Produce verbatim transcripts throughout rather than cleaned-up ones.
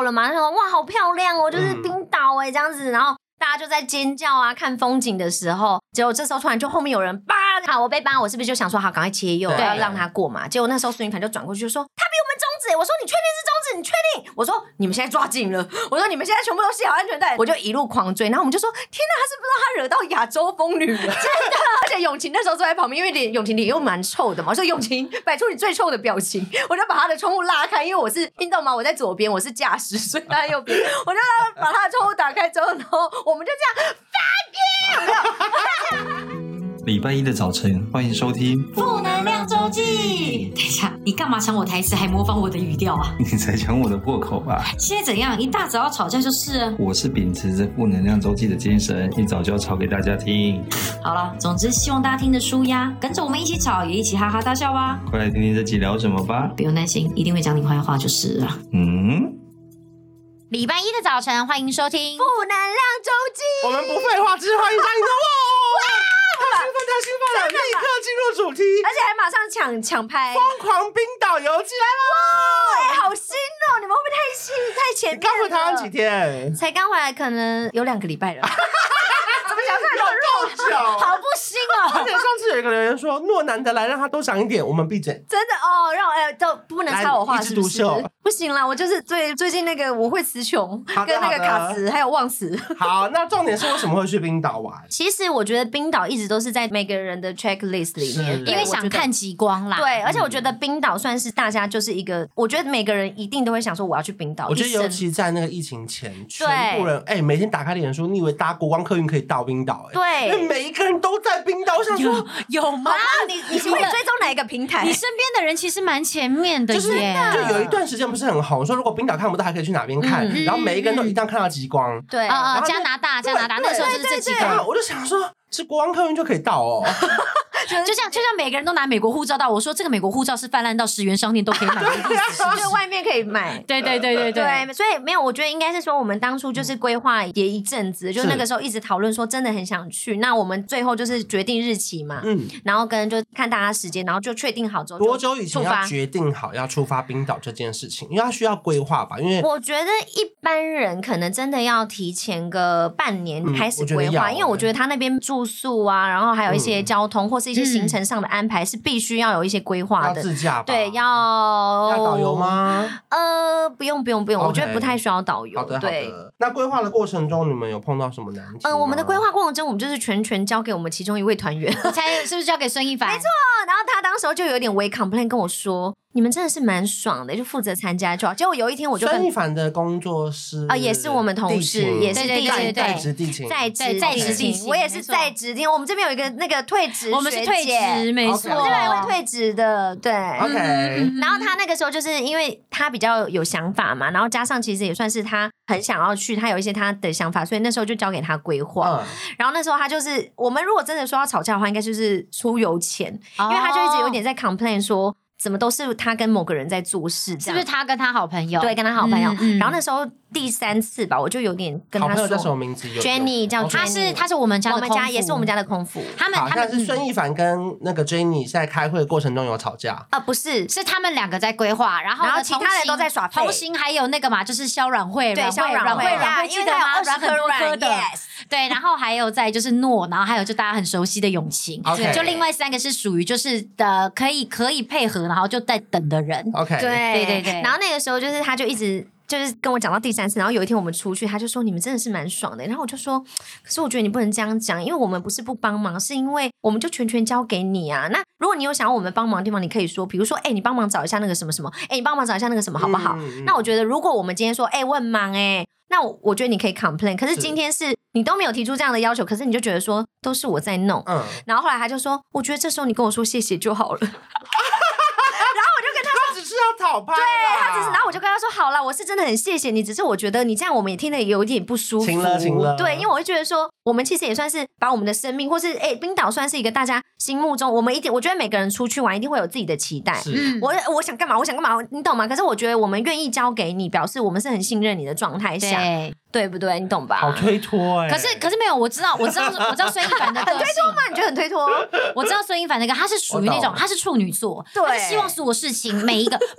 到了嘛，他说哇好漂亮哦，就是冰岛哎、欸、这样子，然后大家就在尖叫啊，看风景的时候，结果这时候突然就后面有人扒，好我被扒，我是不是就想说好赶快切右，要让他过嘛？结果那时候孙云凯就转过去就说他比我们中指、欸，我说你确定是中指？你确定？我说你们现在抓紧了，我说你们现在全部都系好安全带，我就一路狂追，然后我们就说天哪，他是不知道他惹到亚洲风女了，真的。而且永晴那时候坐在旁边，因为脸永晴脸又蛮臭的嘛，我说永晴摆出你最臭的表情，我就把他的窗户拉开，因为我是听到吗？我在左边，我是驾驶，所以他在右边，我就把他的窗户打开之后，然后我们就这样。 礼拜一的早晨，欢迎收听负能量周记。等一下，你干嘛抢我台词，还模仿我的语调啊？ 你才抢我的破口吧？ 现在怎样？一大早要吵架就是了。 我是秉持着负能量周记的精神，一早就要吵给大家听。 好了，总之希望大家听得舒压，跟着我们一起吵，也一起哈哈大笑吧。 快来听听这集聊什么吧。 不用担心，一定会讲你坏话就是了。 嗯。 礼拜一的早晨，欢迎收听负能量周记。 我们不废话，只是欢迎嘉玲的哇！太兴奋，太兴奋了！立刻进入主题， 而且还马上抢抢拍， 疯狂冰岛游记来了！ 哎、欸，好新哦！你们会不会太新太前面了？ 你刚回台湾几天？ 才刚回来，可能有两个礼拜了。 怎么讲出来有肉脚？ 好不新哦！ 而且上次有一个留言说，诺难得来，让他多讲一点，我们闭嘴。 真的哦，让我哎、欸、都不能插我话，是不是？不行啦，我就是最最近那个我会词穷，跟那个卡词还有忘词。 好，那重点是为什么会去冰岛玩？ 其实我觉得冰岛一直都是在每个人的 checklist 里面， 因为想看极光啦。 对，而且我觉得冰岛算是大家就是一个，我觉得每个人一定都会想说我要去冰岛。 我觉得尤其在那个疫情前，全部人哎、欸、每天打开脸书，你以为搭国光客运可以到冰岛？哎， 对， 因为每一个人都在冰岛。我想说有有吗？ 你你是会追踪哪一个平台？ 你身边的人其实蛮前面的耶， 就是就有一段时间不是很红，说如果冰岛看不到，还可以去哪边看、嗯，然后每一个人都一定要看到极光。 对啊、呃、加拿大，加拿大那时候就是这几个， 我就想说，是国光客运就可以到哦。 就像就像每个人都拿美国护照到，我说这个美国护照是泛滥到十元商店都可以买的意思， 就是外面可以买。 对对对对 对, 对，所以没有，我觉得应该是说我们当初就是规划也一阵子，就那个时候一直讨论说真的很想去，那我们最后就是决定日期嘛，嗯，然后跟就看大家时间，然后就确定好之后就多久以前要决定好要出发冰岛这件事情？因为它需要规划吧，因为我觉得一般人可能真的要提前个半年开始规划、嗯，因为我觉得他那边住宿啊，然后还有一些交通、嗯、或是一些行程上的安排是必须要有一些规划的， 要自驾吧？ 对，要要导游吗？ 呃，不用不用不用， okay, 我觉得不太需要导游。 好的， 对。 好的。那规划的过程中，你们有碰到什么难题？ 呃，我们的规划过程中，我们就是全权交给我们其中一位团员， 才是不是交给孙一凡？ 没错。然后他当时候就有点微 complain 跟我说。你们真的是蛮爽的，就负责参加就好。结果有一天我就跟孙一凡的工作室啊、呃，也是我们同事，也是地勤， 在职地勤， 在职在职地勤，我也是在职地勤。我们这边有一个那个退职， 我们是退职，没错， 我们这边有一位退职的，对 ，OK、嗯。 然后他那个时候就是因为他比较有想法嘛，然后加上其实也算是他很想要去，他有一些他的想法，所以那时候就交给他规划、嗯。然后那时候他就是我们如果真的说要吵架的话，应该就是出游钱，因为他就一直有点在 complain 说。怎么都是他跟某个人在做事， 是不是他跟他好朋友？ 对，跟他好朋友。 嗯嗯、 然后那时候第三次吧，我就有点跟他说， 好朋友叫什么名字 ？Jenny 叫 Jenny， 他是他是我们家的空服， 我们家也是我们家的空服。 他们他们是孙一凡跟那个 Jenny 在开会的过程中有吵架啊？不是， 是他们两个在规划，然后然后其他人都在耍废。 同行还有那个嘛，就是肖软会， 对，肖软会， 软会记得吗？ 软很多颗的。 Yes 对，然后还有在就是诺，然后还有就大家很熟悉的永晴， okay. 就另外三个是属于就是的可以可以配合，然后就在等的人。 OK， 对对对对。 然后那个时候就是他就一直就是跟我讲到第三次，然后有一天我们出去，他就说你们真的是蛮爽的。然后我就说，可是我觉得你不能这样讲，因为我们不是不帮忙，是因为我们就全权交给你啊。那如果你有想要我们帮忙的地方，你可以说，比如说，哎、欸，你帮忙找一下那个什么什么，哎、欸，你帮忙找一下那个什么好不好？嗯、那我觉得如果我们今天说，哎、欸，我很忙哎、欸。那我我觉得你可以 complain， 可是今天是你都没有提出这样的要求，可是你就觉得说都是我在弄，嗯，然后后来他就说，我觉得这时候你跟我说谢谢就好了。 是要讨拍， 对他只是，然后我就跟他说好啦，我是真的很谢谢你，只是我觉得你这样我们也听得有点不舒服。 行了行了， 对，因为我会觉得说，我们其实也算是把我们的生命，或是哎、欸，冰岛算是一个大家心目中，我们一定，我觉得每个人出去玩一定会有自己的期待。 是， 我我想干嘛，我想干嘛，你懂吗？可是我觉得我们愿意交给你，表示我们是很信任你的状态下。对。对不对？你懂吧？ 好推脱哎、欸！ 可是可是没有，我知道我知道我知道孙一凡的个性。 很推脱吗？你觉得很推脱？ 我知道孙一凡那个他是属于那种他是处女座，他是希望所有事情每一个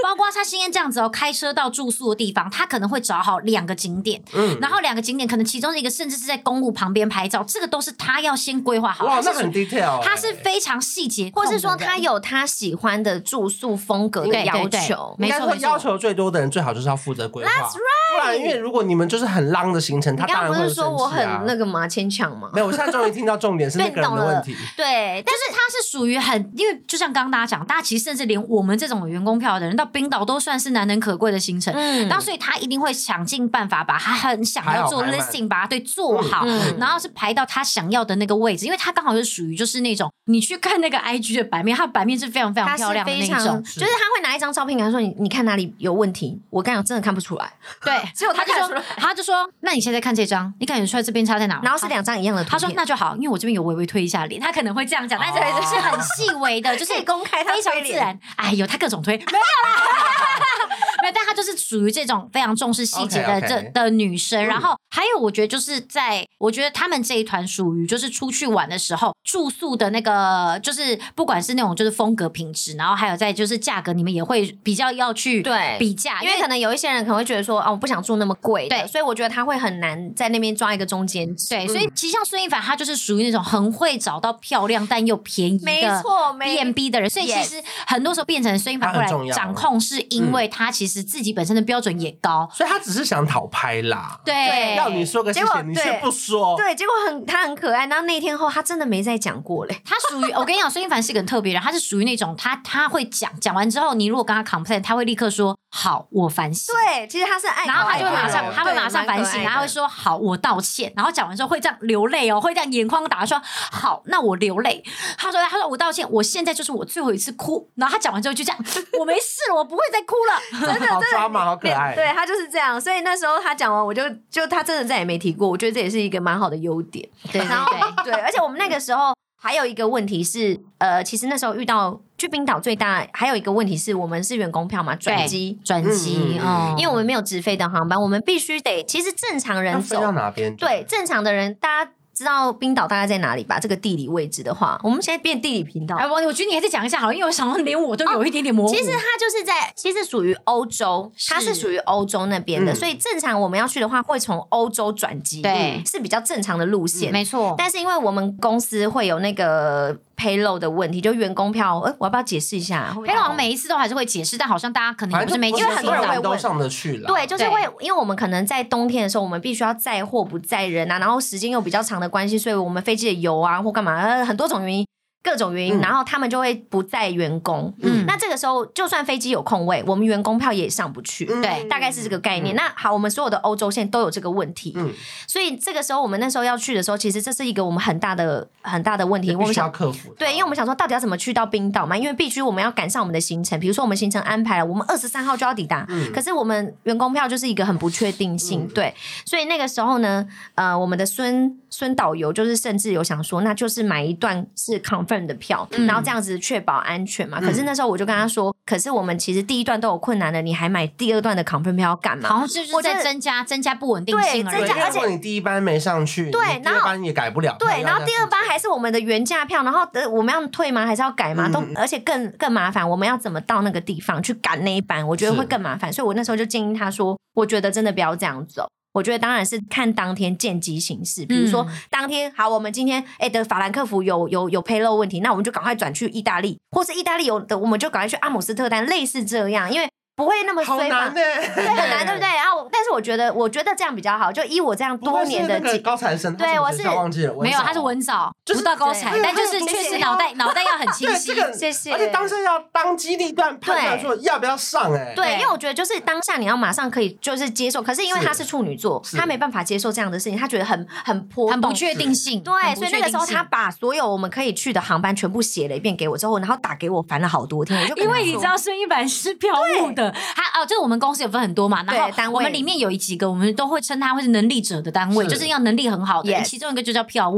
包括他今天这样子哦，开车到住宿的地方，他可能会找好两个景点，嗯，然后两个景点可能其中一个甚至是在公路旁边拍照，这个都是他要先规划好。 哇，那很 detail， 他是非常细节， 或是说他有他喜欢的住宿风格的要求。 没错， 要求最多的人最好就是要负责规划。That's right， 不然因为如果你们就是很浪的行程，他当然会生气啊。 你刚刚不是说我很那个吗？牵强吗？ 没有，我现在终于听到重点是那个人的问题。 对，但是他是属于很，因为就像刚刚大家讲，大家其实甚至连我们这种员工票的人到冰岛都算是难能可贵的行程，嗯，然后所以他一定会想尽办法把他很想要做 listing 把它对做好，嗯，然后是排到他想要的那个位置，因为他刚好是属于就是那种你去看那个 I G 的版面，他的版面是非常非常漂亮的那种， 就是他会拿一张照片跟他说你你看哪里有问题，我跟你讲真的看不出来， 对， 只有他看出来， 他就说那你现在看这张，你感觉出来这边差在哪？ 然后是两张一样的图片， 他说那就好，因为我这边有微微推一下脸，他可能会这样讲，但是是很细微的，就是公开他非常自然。哎呦，他各种推没有啦，没有，但他就是属于这种非常重视细节的 okay, okay. 这的女生。然后还有，我觉得就是在，我觉得他们这一团属于就是出去玩的时候，住宿的那个就是不管是那种就是风格品质，然后还有在就是价格，你们也会比较要去对比价， 因为可能有一些人可能会觉得说，哦，我不想住那么贵的， 对， 所以我觉得他会很难在那边抓一个中间值。 对，所以其实像孙一凡，他就是属于那种很会找到漂亮但又便宜的没错 B and B 的人，所以其实很多时候变成孙一凡后来掌控，是因为他其实自己本身的标准也高， 所以他只是想讨拍啦。 对， 要你说个谢谢，你却不说。 对，结果很他很可爱，然后那天后他真的没再讲过嘞。 他属于我跟你讲，孙一凡是个很特别人，他是属于那种他他会讲讲完之后，你如果跟他 complain， 他会立刻说好，我反省。 对，其实他是爱， 然后他就会马上他会马上反省，然后会说好，我道歉。然后讲完之后会这样流泪哦，会这样眼眶打说好，那我流泪。他说他说我道歉，我现在就是我最后一次哭。然后他讲完之后就这样，我没事了，我不会再哭了。 真的， 好抓马，好可爱。 对，他就是这样。所以那时候他讲完，我就就他真的再也没提过。我觉得这也是一个蛮好的优点。 对对对对，而且我们那个时候还有一个问题是，呃，其实那时候遇到去冰岛最大还有一个问题是我们是员工票嘛，转机转机， 嗯，因为我们没有直飞的航班，我们必须得，其实正常人走飞到哪边？ 对，正常的人大家。知道冰岛大概在哪里吧？这个地理位置的话，我们现在变地理频道。 哎，我我觉得你还是讲一下好了，因为我想到连我都有一点点模糊。 哦、其实它就是在，其实属于欧洲，它是属于欧洲那边的、嗯，所以正常我们要去的话，会从欧洲转机， 对， 是比较正常的路线， 嗯、没错。 但是因为我们公司会有那个。payload 的问题，就员工票，呃，我要不要解释一下 ？payload 好像每一次都还是会解释，但好像大家可能也不是没，因为很多人会问， 都上得去了。 对，就是会，因为我们可能在冬天的时候，我们必须要载货不载人啊，然后时间又比较长的关系，所以我们飞机的油啊或干嘛，呃，很多种原因。各种原因、嗯，然后他们就会不载员工。嗯，那这个时候就算飞机有空位，我们员工票也上不去。嗯、对，大概是这个概念、嗯。那好，我们所有的欧洲线都有这个问题。嗯，所以这个时候我们那时候要去的时候，其实这是一个我们很大的很大的问题，我们想要克服。 对，因为我们想说到底要怎么去到冰岛嘛？因为必须我们要赶上我们的行程，比如说我们行程安排了，我们二十三号就要抵达、嗯，可是我们员工票就是一个很不确定性。嗯、对，所以那个时候呢，呃，我们的孙孙导游就是甚至有想说，那就是买一段是 confirm 的票。嗯，然后这样子确保安全嘛、嗯？可是那时候我就跟他说，可是我们其实第一段都有困难的，你还买第二段的 confirm 票要干嘛？ 好像就是在增加增加不稳定性而已。 对，增加，而且你第一班没上去， 对， 第二班也改不了。 对，然后第二班还是我们的原价票，然后我们要退吗？还是要改吗？嗯、都而且更更麻烦，我们要怎么到那个地方去赶那一班？我觉得会更麻烦，所以我那时候就建议他说，我觉得真的不要这样走。我觉得当然是看当天见机行事，比如说、嗯、当天好，我们今天哎的法兰克福有有有 payload 问题，那我们就赶快转去意大利，或是意大利有的我们就赶快去阿姆斯特丹，类似这样，因为不会那么衰嘛， 好难欸， 对，很难，对不对？然后，但是我觉得，我觉得这样比较好。就依我这样多年的那个高材生， 对，我是忘记了， 没有，他是文藻， 就是不到高材，但就是确实脑袋脑袋要很清晰。 这个谢谢。 而且当下要当机立断判断说要不要上，哎， 对，因为我觉得就是当下你要马上可以就是接受，可是因为他是处女座，他没办法接受这样的事情，他觉得很很波动， 很不确定性。 对，所以那个时候他把所有我们可以去的航班全部写了一遍给我之后，然后打给我，烦了好多天。我就因为你知道孙一凡是票务的，他哦，就是我们公司有分很多嘛，然后我们里面有几个，我们都会称他会是能力者的单位，是就是要能力很好的。Yes. 其中一个就叫票务，就是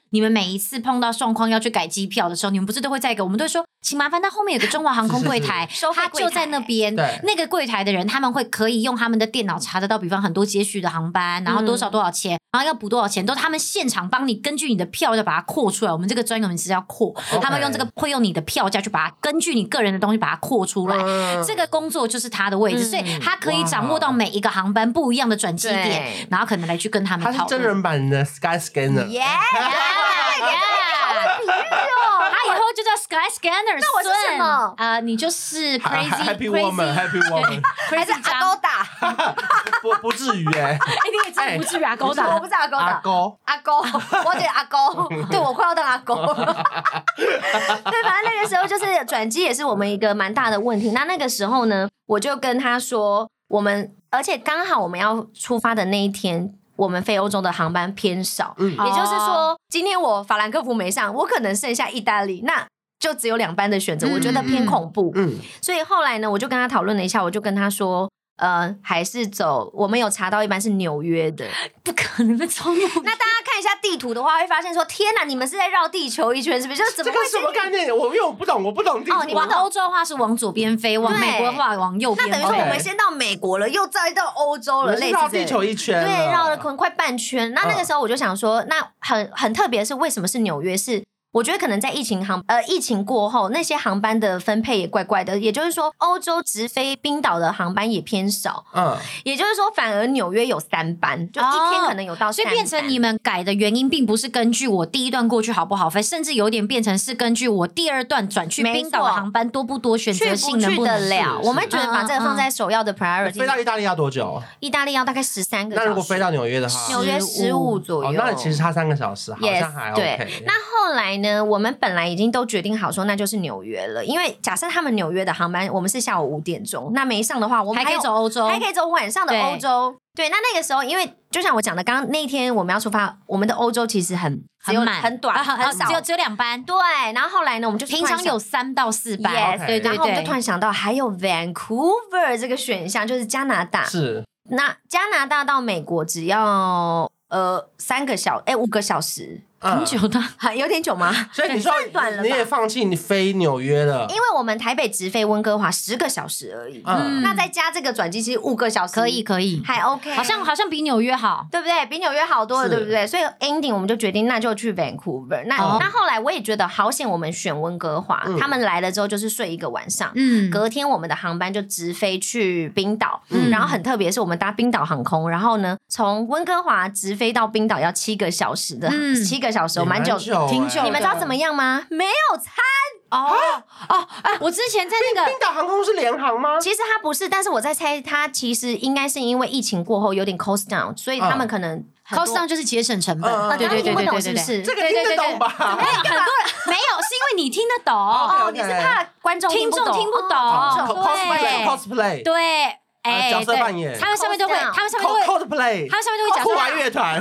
你们每一次碰到状况要去改机票的时候，你们不是都会在一个，我们都会说，请麻烦到后面有个中华航空柜台， 是是是他就在那边。那个柜台的人，他们会可以用他们的电脑查得到，比方很多接续的航班，然后多少多少钱，嗯、然后要补多少钱，都他们现场帮你根据你的票价把它扩出来。我们这个专有名词叫扩， okay. 他们用这个会用你的票价去把它根据你个人的东西把它扩出来。嗯、这个工作就是他的位置，嗯、所以他可以掌握到每一个航班不一样的转机点，然后可能来去跟他们讨论。 他是真人版的 Sky Scanner。Yeah, yeah, yeah. 他以后就叫 Sky Scanner。 那我是什么？ 呃，你就是 Crazy Happy Woman，Happy Woman， 还是阿勾达？ 不不至于哎， 一定也真不至于阿勾达。 我不是阿勾达， 阿勾， 阿勾，我觉得阿勾，对我快要当阿勾。对，反正那个时候就是转机也是我们一个蛮大的问题。那那个时候呢，我就跟他说，我们而且刚好我们要出发的那一天。我们飞欧洲的航班偏少，嗯、也就是说，今天我法兰克福没上，我可能剩下意大利，那就只有两班的选择，嗯、我觉得偏恐怖。嗯，所以后来呢，我就跟他讨论了一下，我就跟他说，呃，还是走，我们有查到一班是纽约的， 不可能的超纽约。 那大家看一下地图的话，会发现说，天哪，你们是在绕地球一圈，是不是？就是怎么会？ 这个什么概念？我因为我不懂，我不懂地图。 哦，你往欧洲的话是往左边飞，往美国的话往右边。 那等于说我们先到美国了，又再到欧洲了，类似绕地球一圈， 对，绕了可能快半圈。那那个时候我就想说，那很很特别的是，为什么是纽约？是我觉得可能在疫情航呃疫情过后，那些航班的分配也怪怪的，也就是说，欧洲直飞冰岛的航班也偏少，嗯，也就是说，反而纽约有三班，就一天可能有到三班， 所以变成你们改的原因，并不是根据我第一段过去好不好飞，甚至有点变成是根据我第二段转去冰岛的航班多不多，选择性能不能去得了。我们觉得把这个放在首要的 priority。 飞到意大利要多久？ 意大利要大概十三个小时。 那如果飞到纽约的话， 纽约十五左右。 哦，那其实差三个小时，好像还 OK。 对，那后来呢？我们本来已经都决定好说，那就是纽约了。因为假设他们纽约的航班，我们是下午五点钟，那没上的话，我们还可以走欧洲， 还可以走晚上的欧洲。对，那那个时候，因为就像我讲的，刚刚那一天我们要出发，我们的欧洲其实很很满、 很短、很很少， 只有只有两班。 对，然后后来呢，我们就平常有三到四班。 Yes, 对对对。然后我们就突然想到，还有 Vancouver 这个选项，就是加拿大。 是。 那加拿大到美国只要呃三个小哎五个小时。 挺久的， 有点久吗？ 所以你说你也放弃你飞纽约了， 因为我们台北直飞温哥华十个小时而已，嗯，那再加这个转机，其实五个小时可以可以， 还 OK， 好像好像比纽约好， 对不对？比纽约好多了，对不对？所以 ending 我们就决定那就去 Vancouver。那、哦、那后来我也觉得好险，我们选温哥华，嗯、他们来了之后就是睡一个晚上，嗯，隔天我们的航班就直飞去冰岛，嗯，然后很特别是我们搭冰岛航空，然后呢从温哥华直飞到冰岛要七个小时的，嗯、七个小时，蛮久。 挺久， 你们知道怎么样吗？没有餐哦哦！哎，我之前在那个冰岛航空是联航吗？ 其实它不是，但是我在猜，它其实应该是因为疫情过后有点 cost down， 所以他们可能 cost down 就是节省成本。 对对对对对，是不是？ 这个听得懂吧？ 没有很多人没有，是因为你听得懂哦，你是怕观众听众听不懂。 对 cosplay 对。 哎，角色扮演， 他们上面都会，他们上面都会 cosplay， 他们上面都会讲酷玩乐团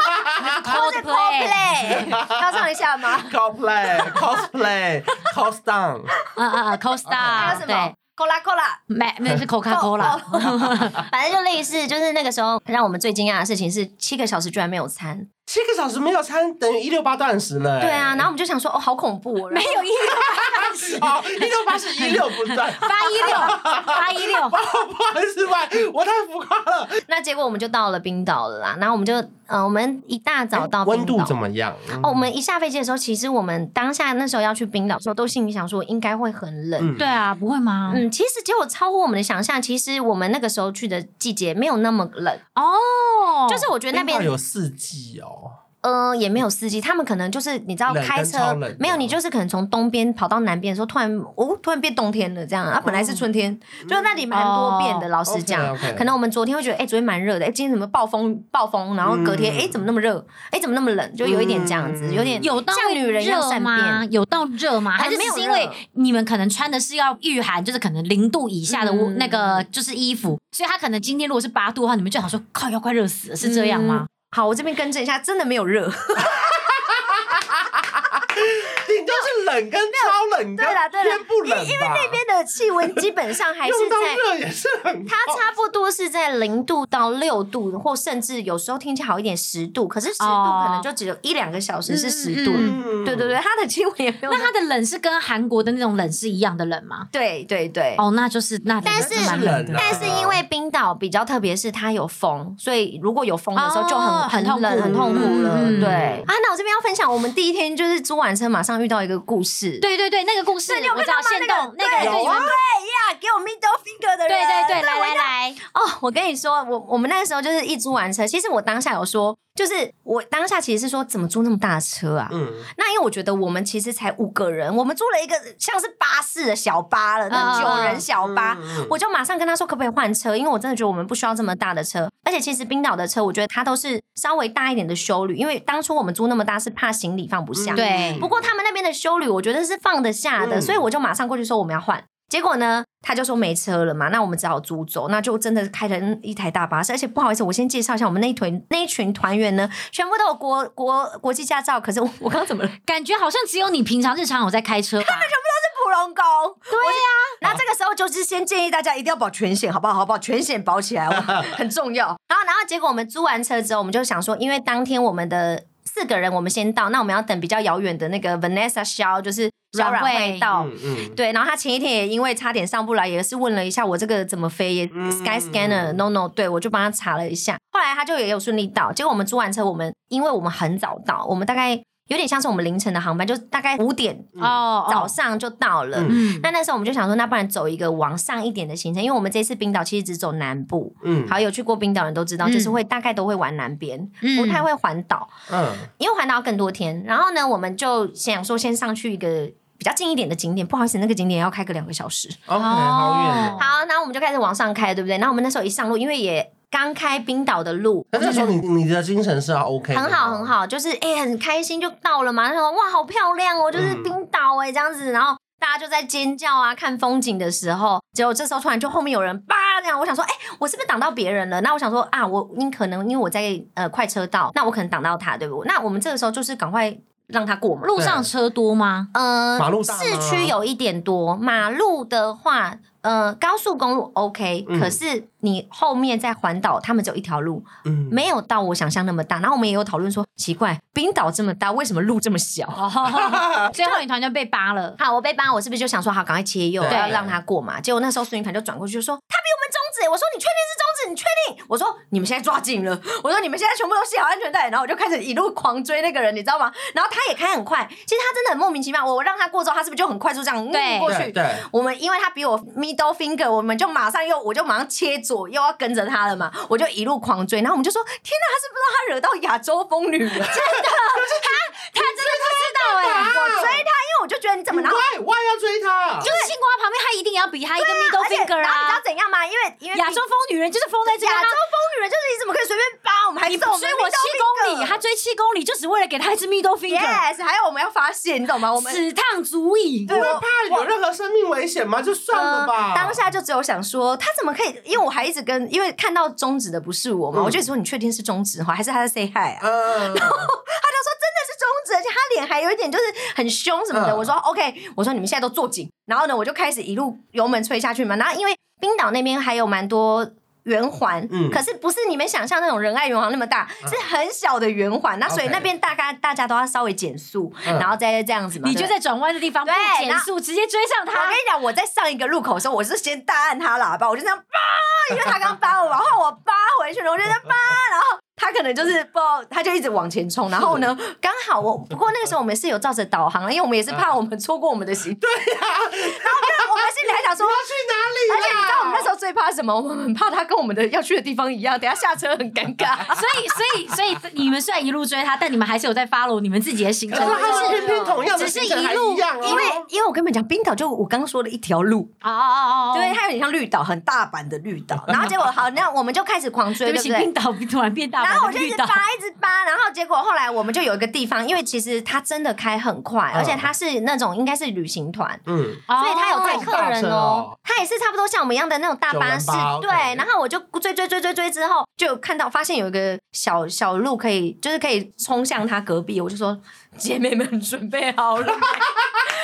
，cosplay， 要唱一下吗 ？cosplay，cosplay，cost down， 嗯嗯 ，cost down， 对 ，cola cola， 没没是 Coca Cola， 反正就类似，就是那个时候让我们最惊讶的事情是七个小时居然没有餐。 七个小时没有餐，等于一六八断食了。 对啊，然后我们就想说，哦，好恐怖哦， 没有一六八断食， 哦，一六八是一六不断， 八一六，八一六， 不好意思，我太浮夸了。 那结果我们就到了冰岛了啦，然后我们就，呃，我们一大早到冰岛， 温度怎么样？ 哦，我们一下飞机的时候，其实我们当下那时候要去冰岛的时候，都心里想说应该会很冷。 嗯、对啊，不会吗？ 嗯，其实结果超乎我们的想象，其实我们那个时候去的季节没有那么冷哦， 就是我觉得那边有四季哦。 呃，也没有四季，他们可能就是你知道开车没有，你就是可能从东边跑到南边的时候，突然哦，突然变冬天了这样啊，本来是春天，嗯、就那里蛮多变的。嗯、老实讲， okay, okay. 可能我们昨天会觉得，哎、欸，昨天蛮热的，哎、欸，今天怎么暴风暴风，然后隔天，哎、嗯欸，怎么那么热，哎、欸，怎么那么冷，就有一点这样子，有点有到像女人一样善变， 有到热吗？还是只是因为你们可能穿的是要御寒，就是可能零度以下的那个就是衣服，嗯、所以他可能今天如果是八度的话，你们就想说，靠，要快热死了，是这样吗？ 嗯、好，我这边更正一下，真的没有热。 顶多是冷跟超冷跟偏不冷吧， 因为那边的气温基本上还是在热也是很， 它差不多是在零度到六度，或甚至有时候天气好一点十度，可是十度可能就只有一两个小时是十度。嗯、对对对，它的气温也没有。 那它的冷是跟韩国的那种冷是一样的冷吗？ 对对对。 哦，那就是那但是蛮冷的。 但是因为冰岛比较特别，是它有风，所以如果有风的时候就很、哦、很冷很痛苦了。嗯、对啊，那我这边要分享，我们第一天就是租完车马上遇到一个故事。 对对对，那个故事你有看到吗？ 限动那个对对呀，给我 middle finger 的人。 对对对，来来来。 哦，我跟你说，我我们那个时候就是一租完车，其实我当下有说。就是我当下其实是说怎么租那么大的车啊？嗯，那因为我觉得我们其实才五个人，我们租了一个像是巴士的小巴了，那九人小巴，嗯、我就马上跟他说可不可以换车，因为我真的觉得我们不需要这么大的车，而且其实冰岛的车我觉得它都是稍微大一点的休旅，因为当初我们租那么大是怕行李放不下， 对、嗯。 不过他们那边的休旅我觉得是放得下的，嗯、所以我就马上过去说我们要换。结果呢，他就说没车了嘛，那我们只好租走，那就真的开了一台大巴士。而且不好意思，我先介绍一下我们那一团那一群团员呢，全部都有国国国际驾照。可是我我刚刚怎么了？ 感觉好像只有你平常日常有在开车吧？ 他们全部都是普龙工。对呀、啊，那这个时候就是先建议大家一定要保全险，好不好？好不好？全险保起来很重要。然后然后结果我们租完车之后，我们就想说，因为当天我们的四个人我们先到，那我们要等比较遥远的那个 Vanessa 肖，就是小软会到、嗯嗯、对，然后他前一天也因为差点上不来，也是问了一下我这个怎么飞也、嗯、Sky Scanner no no 对，我就帮他查了一下，后来他就也有顺利到。结果我们租完车，我们因为我们很早到，我们大概有点像是我们凌晨的航班，就大概五点、嗯、早上就到了、嗯、那那时候我们就想说，那不然走一个往上一点的行程，因为我们这次冰岛其实只走南部，嗯，好，有去过冰岛人都知道、嗯、就是会大概都会玩南边、嗯、不太会环岛，嗯，因为环岛要更多天。然后呢我们就想说先上去一个比较近一点的景点，不好意思，那个景点要开个两个小时。 OK， 好远哦。 好，然后我们就开始往上开，对不对？然后我们那时候一上路，因为也刚开冰岛的路， 但是说你你的精神是 OK 的， 很好很好，就是哎、欸、很开心就到了嘛。他说哇好漂亮哦，就是冰岛哎、欸、这样子，然后大家就在尖叫啊看风景的时候，结果这时候突然就后面有人叭这样，我想说哎、欸、我是不是挡到别人了？那我想说啊我因可能因为我在呃快车道，那我可能挡到他，对不对？那我们这个时候就是赶快让他过嘛。 路上车多吗？ 呃， 马路大吗？ 市区有一点多，马路的话，呃，高速公路 OK，、嗯、可是你后面在环岛，他们只有一条路，嗯，没有到我想象那么大。然后我们也有讨论说，奇怪，冰岛这么大，为什么路这么小？ 最后一团就被扒了。 好，我被扒，我是不是就想说，好，赶快切右，要让他过嘛？结果那时候孙云团就转过去就说，他比我们中指，我说你确定是中指？你确定？我说你们现在抓紧了，我说你们现在全部都系好安全带，然后我就开始一路狂追那个人，你知道吗？然后他也开很快，其实他真的很莫名其妙。我让他过之后，他是不是就很快速这样对过去？ 对， 我们因为他比我 middle finger， 我们就马上又我就马上切左，又要跟着他了嘛，我就一路狂追。然后我们就说，天哪，他是不知道他惹到亚洲风女了，真的，他他真的不知道哎、欸，我追他，因为我就觉得你怎么然后 why why 要追他？ 就是经过他旁边，他一定要比他一个 middle finger 啊。 然后你知道怎样吗？因为因为亚洲风女人就是疯在这边， 亚洲风女人就是你怎么可以随便扒我们，还你追我七公里，他追七公里，就只为了给他一只 middle finger。Yes， 还有我们要发现，你懂吗？我们此趟足矣。 对，我怕有任何生命危险吗？就算了吧、呃。 当下就只有想说，他怎么可以？因为我还一直跟，因为看到中指的不是我嘛，嗯、我就说你确定是中指哈，还是他在 say hi 啊？嗯、然后他就说真的是中指，而且他脸还有一点就是很凶什么的。嗯、我说 OK， 我说你们现在都坐紧，然后呢，我就开始一路油门吹下去嘛。然后因为冰岛那边还有蛮多圆环、嗯，可是不是你们想象那种仁爱圆环那么大，嗯、是很小的圆环。那所以那边大概大家都要稍微减速，嗯、然后再这样子嘛。 你就在转弯的地方不减速，直接追上他。 我跟你讲，我在上一个路口的时候，我是先大按他喇叭，我就这样叭，因为他刚扒我，然后我扒回去了，我就在扒，然后。他可能就是不知道，他就一直往前冲，然后呢，刚好我不过那个时候我们是有照着导航，因为我们也是怕我们错过我们的行。 对呀、啊，然后我们心里还想说要去哪里？ 而且你知道我们那时候最怕什么？我们很怕他跟我们的要去的地方一样，等一下下车很尴尬。 所以，所以，所以你们虽然一路追他，但你们还是有在 follow 你们自己的行程， 就是偏偏同样的行程还一样、哦。 因为因为我跟你们讲，冰岛就我刚刚说的一条路哦哦哦， 对，它有点像绿岛，很大版的绿岛。然后结果好，那我们就开始狂追，对不对？ 冰岛突然变大版的绿岛。 一直扒，然后结果后来我们就有一个地方，因为其实他真的开很快，嗯、而且他是那种应该是旅行团，嗯，所以他有载客人哦，他也是差不多像我们一样的那种大巴士，对。Okay. 然后我就追追追追追之后，就看到发现有一个小小路可以，就是可以冲向他隔壁，我就说姐妹们准备好了。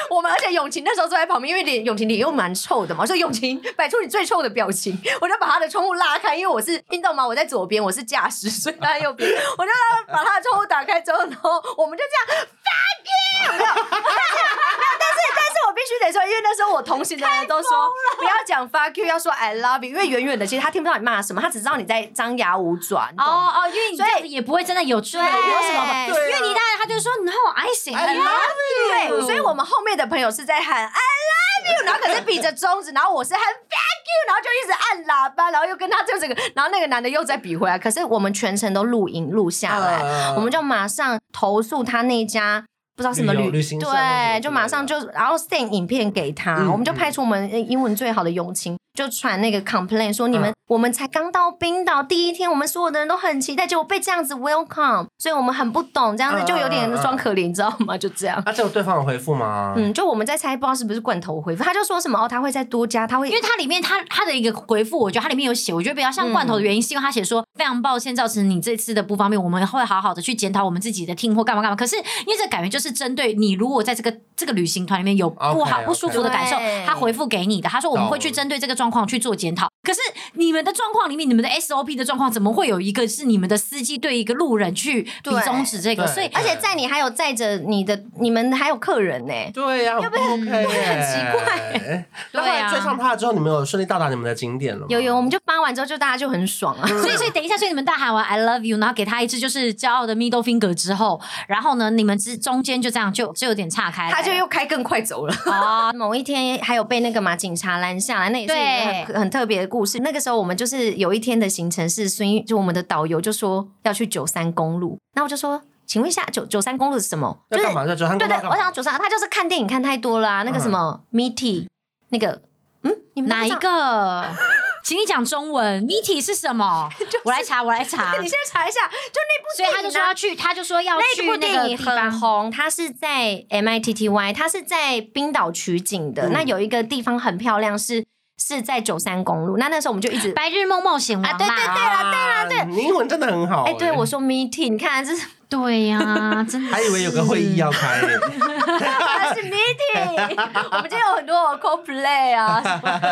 我们而且永晴那时候坐在旁边，因为脸永晴脸又蛮臭的嘛，所以永晴摆出你最臭的表情，我就把他的窗户拉开，因为我是你懂吗？我在左边，我是驾驶，所以他在右边，我就把他的窗户打开之后，然后我们就这样 fuck you， 没有，但是但是我必须得说，因为那时候我同行的人都说不要讲 fuck you， 要说 I love you， 因为远远的其实他听不到你骂什么，他只知道你在张牙舞爪。 哦哦，因为你这样子也不会真的有有有什么，因为你当然他就说 no I say I love you， 对，所以我们后面的朋友是在喊 I love you， 然后可是比着中指，然后我是喊 fuck you， 然后就一直按喇叭，然后又跟他就这个，然后那个男的又再比回来，可是我们全程都录影录下来，呃、我们就马上投诉他那家。不知道什么旅旅行社， 对，就马上就然后 send 影片给他，嗯、我们就派出我们英文最好的永晴，就传那个 complain 说你们、嗯、我们才刚到冰岛第一天，我们所有的人都很期待，结果被这样子 welcome， 所以我们很不懂，这样子就有点装可怜，你知道吗？就这样。 啊，这有对方有回复吗？ 嗯，就我们在猜，不知道是不是罐头回复，他就说什么哦，他会再多加，他会， 因为他里面他他的一个回复，我觉得他里面有写，我觉得比较像罐头的原因，是因为他写说非常抱歉造成你这次的不方便，我们会好好的去检讨我们自己的 team 或干嘛干嘛。可是因为这感觉就是针对你，如果在这个这个旅行团里面有不好 okay, okay. 不舒服的感受，他回复给你的，他说我们会去针对这个状况去做检讨。可是你们的状况里面，你们的 S O P 的状况，怎么会有一个是你们的司机对一个路人去比中指这个？所以而且在你还有载着你的，你们还有客人呢、欸。 对呀、啊， 要不然很奇怪、 欸。然后来追上他之后，你们有顺利到达你们的景点了吗？ 有有，我们就扒完之后，就大家就很爽啊。 所以所以等一下，所以你们大喊完 I love you， 然后给他一次就是骄傲的 middle finger 之后，然后呢，你们之中间就这样就就有点岔开， 他就又开更快走了。哦，某一天还有被那个嘛警察拦下来，那也是一个很很特别的故事。那个时候我们就是有一天的行程是孙，就我们的导游就说要去九三公路，那我就说。请问一下，九九三公路是什么？ 要干嘛？在九三公路？ 对对，我想九三，他就是看电影看太多了、啊。那个什么 Meaty， 那个嗯，你们哪一个？请你讲中文 ，Meaty 是什么？就是、我来查，我来查。 你现在查一下，就那部电影、啊，所以他就说要去，他就说要去那部电影很红，它是在 M I T T Y， 它是在冰岛取景的。嗯、那有一个地方很漂亮是。是在九三公路，那那时候我们就一直白日梦冒险王、啊、 对对对啦，对啦，对， 你英文真的很好、欸。 哎、欸，对我说 meeting， 你看这是对呀、啊，真的还以为有个会议要开、欸， 它是 meeting， 我们今天有很多 co-play 啊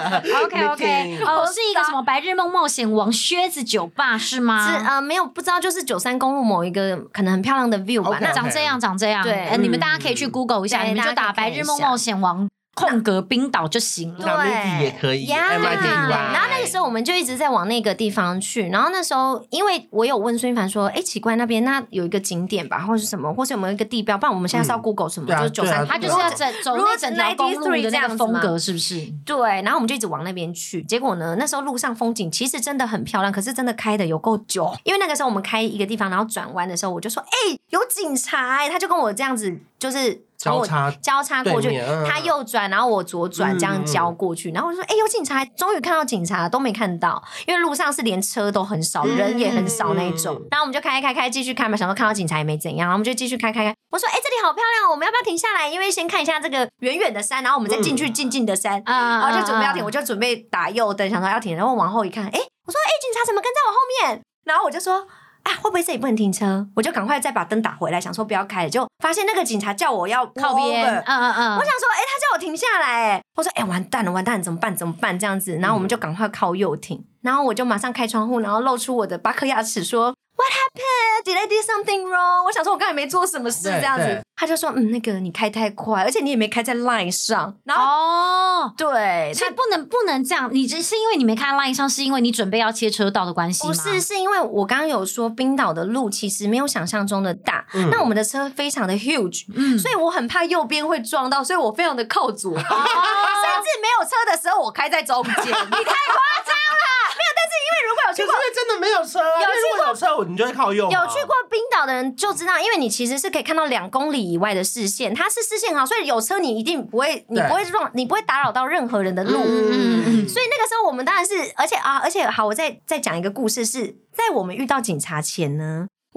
，OK OK， 哦，是一个什么白日梦冒险王靴子酒吧是吗？ 是呃没有不知道，就是九三公路某一个可能很漂亮的 view 吧， okay, 那长这样长这样， 对、 呃，你们大家可以去 Google 一下，你们就打白日梦冒险王。空格冰岛就行了， 对， 也可以。 M I T T Y， 然后那个时候我们就一直在往那个地方去。然后那时候，因为我有问孙一凡说：“哎，奇怪，那边那有一个景点吧，或者是什么，或是有没有一个地标？不然我们现在是要 Google 什么？嗯、就是九三， 他就是要走走那整条公路的那个风格，是不是？ 对。然后我们就一直往那边去。结果呢，那时候路上风景其实真的很漂亮，可是真的开的有够久。因为那个时候我们开一个地方，然后转弯的时候，我就说：“哎，有警察、欸！”他就跟我这样子，就是。 交叉交叉过去，他右转，然后我左转，这样交过去。嗯、然后我就说：“哎、欸，有警察！”终于看到警察，都没看到，因为路上是连车都很少，嗯、人也很少那种。嗯、然后我们就开开开，继续开嘛，想说看到警察也没怎样，然后我们就继续开开开。我说：“哎、欸，这里好漂亮，我们要不要停下来？因为先看一下这个远远的山，然后我们再进去近近的山。嗯”然后就准备要停，我就准备打右灯，想说要停，然后往后一看，哎、欸，我说：“哎、欸，警察怎么跟在我后面？”然后我就说。啊，会不会这里不能停车？我就赶快再把灯打回来，想说不要开了，就发现那个警察叫我要靠边，嗯嗯嗯， 我想说，哎、欸，他叫我停下来，哎，我说，哎、欸，完蛋了，完蛋了，怎么办？怎么办？这样子，然后我们就赶快靠右停，然后我就马上开窗户，然后露出我的八颗牙齿，说 What happened? Did I do something wrong? 我想说，我刚才没做什么事，这样子，他就说，嗯，那个你开太快，而且你也没开在 line 上，然后哦， 对， 所以不能不能这样，你只是因为你没开 line 上，是因为你准备要切车道的关系吗？ 不是，是因为我刚刚有说冰岛的路其实没有想象中的大，嗯、那我们的车非常的 huge，、嗯、所以我很怕右边会撞到，所以我非常的靠左，哦、甚至没有车的时候我开在中间，你太夸张了。没有，但是因为如果有去过， 可是真的没有车、啊，有去过有车，你就会靠右。 有去过冰岛的人就知道，因为你其实是可以看到两公里以外的视线，它是视线好，所以有车你一定不会，你不会撞，你不会打扰到任何人的路。嗯、所以那个时候我们当然是，而且啊，而且好，我再再讲一个故事是，在我们遇到警察前呢。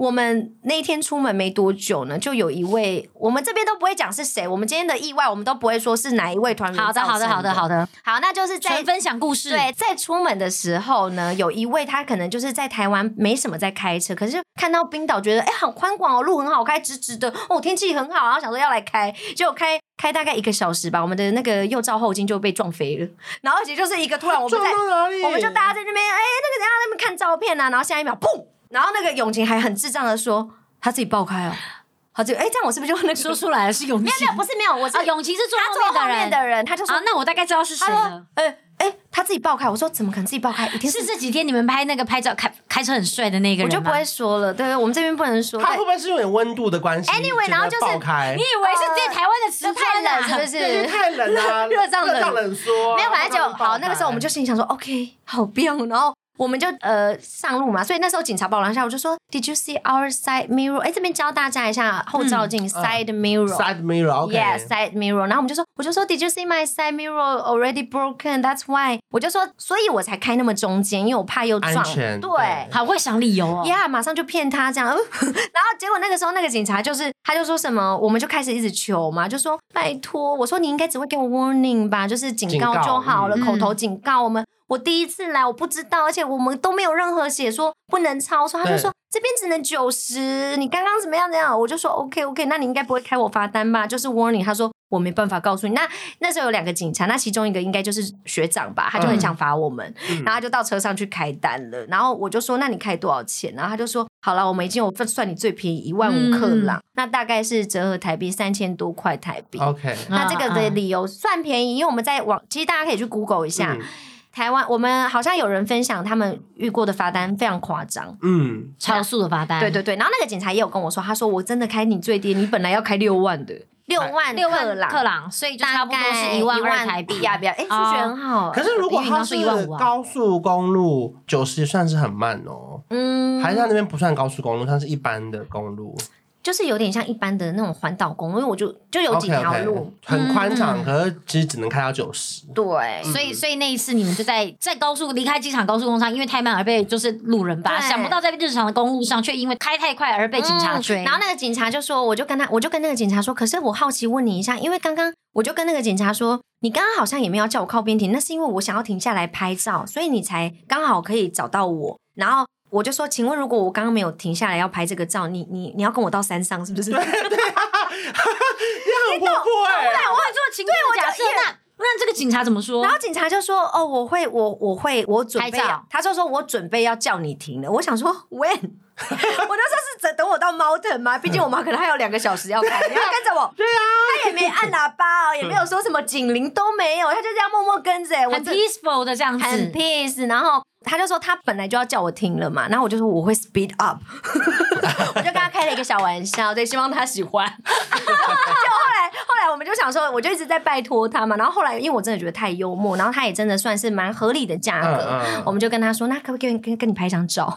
我们那一天出门没多久呢，就有一位，我们这边都不会讲是谁，我们今天的意外我们都不会说是哪一位团员造成的。 好的，好的，好的，好的。 好，那就是在纯分享故事。 对，在出门的时候呢，有一位他可能就是在台湾没什么在开车，可是看到冰岛觉得哎、欸、好宽广哦，路很好开，直直的哦，天气很好，然后想说要来开，结果开开大概一个小时吧，我们的那个右照后镜就被撞飞了，然后而且就是一个突然我们在我们就大家在那边哎、欸、那个人家在那边看照片啊，然后下一秒砰，然后那个永晴还很智障的说。他自己爆开哦，他就哎、欸，这样我是不是就那个说出来了是永晴？ 没有没有，不是没有，我是、 啊、永晴是坐后面的人，他坐后面的人，他就说啊，那我大概知道是谁了。 哎哎、欸，他自己爆开，我说怎么可能自己爆开？一定是这几天你们拍那个拍照开开车很帅的那个人吗？ 我就不会说了，对，我们这边不能说。 他会不会是有点温度的关系 ？Anyway， 然后就是爆开， 你以为是在台湾的瓷太冷是不是？ 对，太冷了， 热胀冷热胀冷缩。 没有，反正就好。那个时候我们就心里想说 ，OK， 好棒，然后。我们就呃上路嘛，所以那时候警察报了一下，我就说 Did you see our side mirror？ 哎，这边教大家一下后照镜、嗯、side mirror，side mirror，OK，yeah， side mirror。然后我们就说，我就说 Did you see my side mirror already broken? That's why。我就说，所以我才开那么中间，因为我怕又撞。 安全。 对， 好会想理由哦。 呀、yeah, 马上就骗他这样，然后结果那个时候那个警察就是他就说什么，我们就开始一直求嘛，就说拜托，我说你应该只会给我 warning 吧，就是警告就好了， 嗯、 口头警告我们。我第一次来，我不知道，而且我们都没有任何写说不能超速，他就说这边只能九十，你刚刚怎么样怎样？我就说 OK OK， 那你应该不会开我罚单吧？就是 warning， 他说我没办法告诉你。那那时候有两个警察，那其中一个应该就是学长吧，他就很想罚我们，嗯、然后他就到车上去开单了。然后我就说那你开多少钱？然后他就说好了，我们已经有算你最便宜一万五克朗，嗯、那大概是折合台币三千多块台币。 OK， 那这个的理由算便宜，因为我们在网，其实大家可以去 Google 一下。嗯台湾，我们好像有人分享他们遇过的罚单非常夸张， 嗯，超速的罚单， 对对对。然后那个警察也有跟我说，他说我真的开你最低，你本来要开六万的，六万六万克朗， 克朗，所以就差不多是一万二台币呀，不要，哎，数学很好。 可是如果它是高速公路，九十算是很慢哦，嗯，还是它那边不算高速公路，它是一般的公路。 就是有点像一般的那种环岛公路，因为我就就有几条路 okay, okay, 很宽敞，嗯、可是其实只能开到九十。 对， 嗯、所以所以那一次你们就在在高速离开机场高速公路上，因为太慢而被就是路人吧，想不到在日常的公路上却因为开太快而被警察追。 嗯、然后那个警察就说，我就跟他，我就跟那个警察说，可是我好奇问你一下，因为刚刚我就跟那个警察说，你刚刚好像也没有叫我靠边停，那是因为我想要停下来拍照，所以你才刚好可以找到我，然后。我就说，请问如果我刚刚没有停下来要拍这个照，你你你要跟我到山上是不是？ 对对、啊，你很活泼哎！ 对，我会做情境假设，那那这个警察怎么说？ 然后警察就说：“哦，我会，我我会，我准备要。”他就说：“我准备要叫你停了。”我想说 ，when？ 我就说是等我到 Mountain 吗？毕竟我们可能还有两个小时要开，你要跟着我。 对啊， 他也没按喇叭哦，也没有说什么警铃都没有，他就这样默默跟着， 很 peaceful 的这样子， 很 peace。然后他就说他本来就要叫我停了嘛，然后我就说我会 speed up， 我就跟他开了一个小玩笑，对，希望他喜欢。就后来后来我们就想说，我就一直在拜托他嘛。然后后来因为我真的觉得太幽默，然后他也真的算是蛮合理的价格，嗯嗯、我们就跟他说，那可不可以跟跟你拍一张照？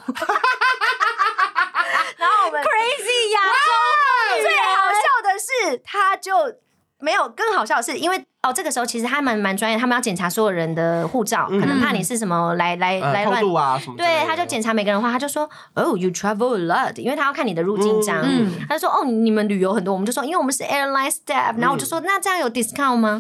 然后我们 crazy 亚洲， 最好笑的是，他就没有更好笑的是，因为哦，这个时候其实他们蛮专业，他们要检查所有人的护照，嗯、可能怕你是什么来来、 呃、 来乱啊什么， 对，他就检查每个人的话，他就说哦 ，you travel a lot， 因为他要看你的入境章，嗯、他就说哦，你们旅游很多，我们就说因为我们是 airline staff， 然后我就说、嗯、那这样有 discount 吗？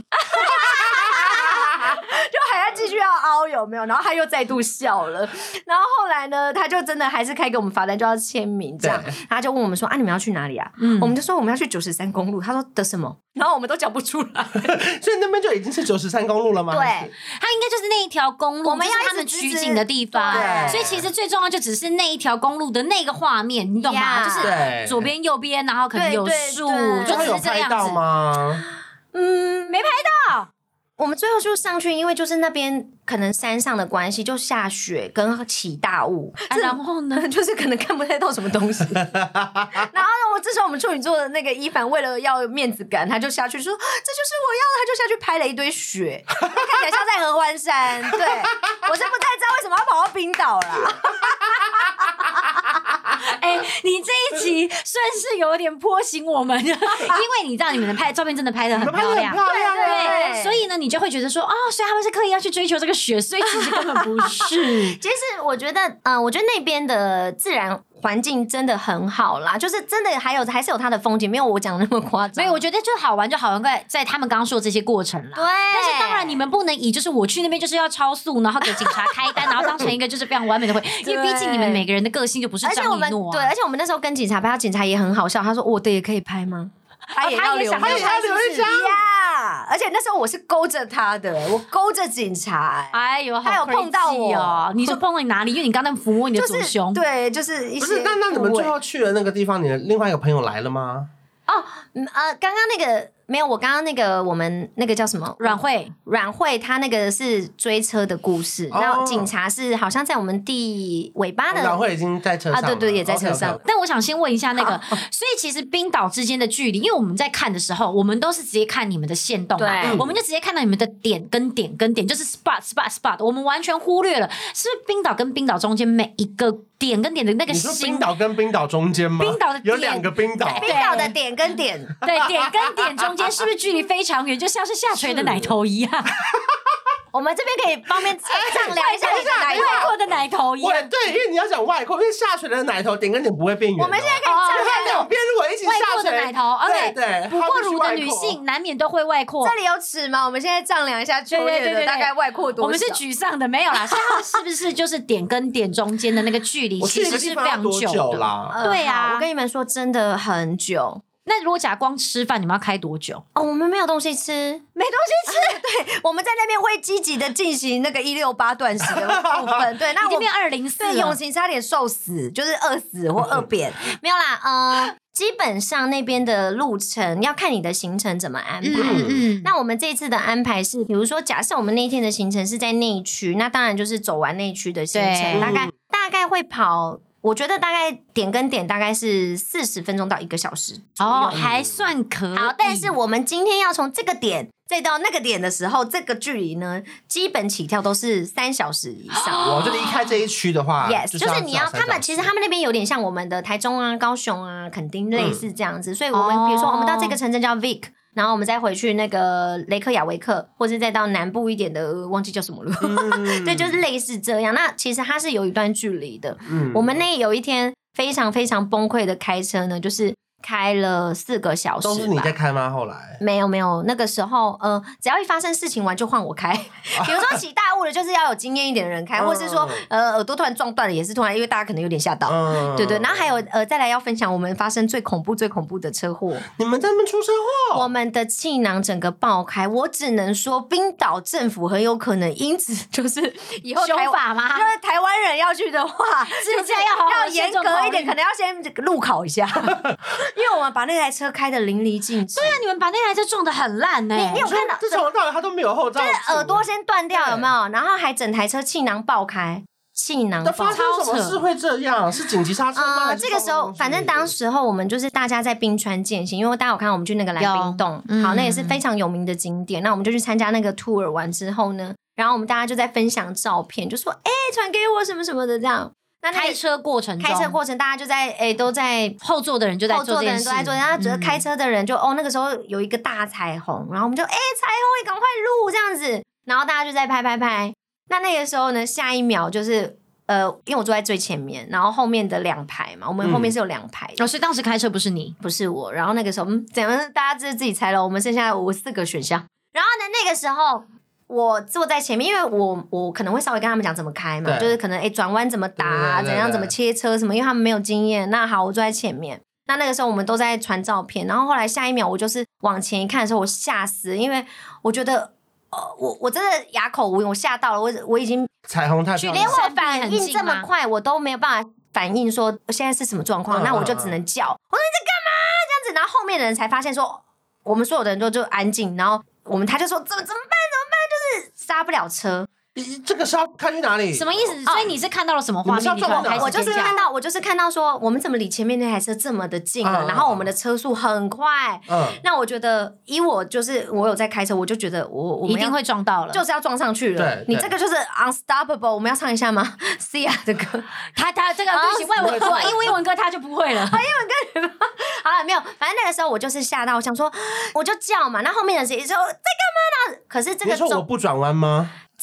就还要继续要凹有没有？然后他又再度笑了。然后后来呢，他就真的还是开给我们罚单，就要签名这样。他就问我们说：“啊，你们要去哪里啊？”嗯、我们就说我们要去九十三公路。他说的什么？然后我们都讲不出来。 所以那边就已经是九十三公路了吗？ 对， 他应该就是那一条公路， 我们要他们取景的地方。所以其实最重要就只是那一条公路的那个画面，你懂吗？ Yeah, 就是左边右边，然后可能有树，就只是这样子吗？ 嗯，没拍到。我们最后就上去，因为就是那边可能山上的关系，就下雪跟起大雾， 啊、然后呢， 就是可能看不太到什么东西。然后我这时候我们处女座的那个伊凡为了要面子感，他就下去说这就是我要的，他就下去拍了一堆雪，看起来像在合欢山。对，我是不太知道为什么要跑到冰岛啦。 哎、欸，你这一集算是有点颇刑我们，因为你知道你们的拍照片真的拍得很漂亮， 漂亮对，对，所以呢，你就会觉得说，哦，所以他们是刻意要去追求这个雪，所以其实根本不是。 其实我觉得，嗯、呃，我觉得那边的自然环境真的很好啦，就是真的还有还是有它的风景，没有我讲的那么夸张。 没有，我觉得就好玩就好玩在在他们刚刚说的这些过程啦。 对， 但是当然你们不能以就是我去那边就是要超速，然后给警察开单，然后当成一个就是非常完美的会，因为毕竟你们每个人的个性就不是张一诺啊。 对，而且我们那时候跟警察拍，警察也很好笑，他说我的也可以拍吗？他也要留， 他也要留一张呀！而且那时候我是勾着他的，我勾着警察、 欸。哎呦， 他有碰到我哦！你说碰到你哪里？因为你刚刚抚摸你的左胸， 就是、对，就是一些。 不是，那那你们最后去了那个地方，你的另外一个朋友来了吗？ 哦，嗯呃，刚刚那个没有，我刚刚那个我们那个叫什么阮慧， 阮慧，他那个是追车的故事，然后警察是好像在我们第尾巴的阮慧已经在车上啊，对对，也在车上。 okay, okay. 但我想先问一下那个，所以其实冰岛之间的距离，因为我们在看的时候，我们都是直接看你们的线动嘛，我们就直接看到你们的点跟点跟点，就是 spot spot spot， 我们完全忽略了，是不是冰岛跟冰岛中间每一个点跟点的那个星？ 你说冰岛跟冰岛中间吗？ 冰岛的有两个冰岛， 冰岛的点跟点， 对，点跟点中间是不是距离非常远，就像是下垂的奶头一样？ 我们这边可以方便丈量一下你的奶外扩的奶头一样。 对，因为你要讲外扩，因为下垂的奶头点跟点不会变圆。 我们现在可以丈量两边如果一起下垂的奶头， 对对， 不过乳的女性难免都会外扩。 这里有尺吗？我们现在丈量一下秋叶的大概外扩多少？ 我们是沮丧的，没有啦。所以它是不是就是点跟点中间的那个距离，其实是非常久的啦？ 对啊， 我跟你们说，真的很久。 那如果假光吃饭，你们要开多久？ 哦，我们没有东西吃， 没东西吃。 对，我们在那边会积极的进行那个一六八断食的部分。对，那已经变二零四， 对，永晴差点瘦死，就是饿死或饿扁。没有啦，呃，基本上那边的路程要看你的行程怎么安排。嗯嗯。那我们这次的安排是，比如说，假设我们那天的行程是在内区，那当然就是走完内区的行程，大概大概会跑。我觉得大概点跟点大概是四十分钟到一个小时哦，还算可以。 好，但是我们今天要从这个点再到那个点的时候，这个距离呢，基本起跳都是三小时以上。 我就离开这一区的话 ，yes， 就, 就是你要他们其实他们那边有点像我们的台中啊、高雄啊、垦丁类似这样子，嗯、所以我们、哦、比如说我们到这个城镇叫 Vic。然后我们再回去那个雷克雅维克，或是再到南部一点的，忘记叫什么了。嗯、对，就是类似这样。那其实它是有一段距离的。嗯、我们那有一天非常非常崩溃的开车呢，就是开了四个小时吧。 都是你在开吗？后来没有没有，那个时候呃，只要一发生事情完就换我开。比如说起大雾了，就是要有经验一点的人开，或是说呃耳朵突然撞断了，也是突然，因为大家可能有点吓到。嗯、对对，然后还有呃，再来要分享我们发生最恐怖最恐怖的车祸。 你们在那边出车祸？ 我们的气囊整个爆开，我只能说冰岛政府很有可能因此就是以后修法吗？ 因为台湾人要去的话， 自驾要好好要严格一点，可能要先路考一下。因为我们把那台车开得淋漓尽致。 对啊，你们把那台车撞得很烂呢、欸。 你你有看到？ 这从头到尾他都没有后照， 就是耳朵先断掉，有没有？然后还整台车气囊爆开，气囊爆开。 发生什么事会这样？是紧急刹车吗？ 呃，这个时候，反正当时候我们就是大家在冰川健行，因为大家有看到我们去那个蓝冰洞，嗯、好，那也是非常有名的景点。那我们就去参加那个 tour 完之后呢，然后我们大家就在分享照片，就说：“哎、欸，传给我什么什么的这样。”那开车过程中， 开车过程大家就在诶、欸、都在后座的人就在做这件事， 后座的人都在做，然后觉得开车的人就、嗯、哦那个时候有一个大彩虹，然后我们就诶、欸、彩虹，赶快录这样子，然后大家就在拍拍拍。那那个时候呢，下一秒就是呃，因为我坐在最前面，然后后面的两排嘛，我们后面是有两排的、 嗯，哦，所以当时开车不是你， 不是我。然后那个时候，嗯，怎样？大家自自己猜了，我们剩下五四个选项。然后呢，那个时候。我坐在前面，因为我我可能会稍微跟他们讲怎么开嘛，就是可能哎转弯怎么打、啊，怎样怎么切车什么，因为他们没有经验。那好，我坐在前面。那那个时候我们都在传照片，然后后来下一秒我就是往前一看的时候，我吓死，因为我觉得呃我我真的哑口无言，我吓到了，我我已经彩虹太漂亮， 连我反应这么快，我都没有办法反应说现在是什么状况，嗯、那我就只能叫，我说你在干嘛这样子，然后后面的人才发现说，我们所有的人都就安静，然后我们他就说怎么怎么办怎么办。就是刹不了车， 这个是要开去哪里？ 什么意思？所以你是看到了什么画面？你我我就是看到，我就是看到说，我们怎么离前面那台车这么的近了？嗯、然后我们的车速很快。嗯，那我觉得，以我就是我有在开车，我就觉得我我们一定会撞到了， 就是要撞上去了。 对， 你这个就是 unstoppable。我们要唱一下吗 ？Sia 的歌， 他他这个对不起，外文歌，英英文歌他就不会了。 英文歌好了，没有，反正那个时候我就是吓到，我想说我就叫嘛，那后面的人也说在干嘛呢？可是这个你说我不转弯吗？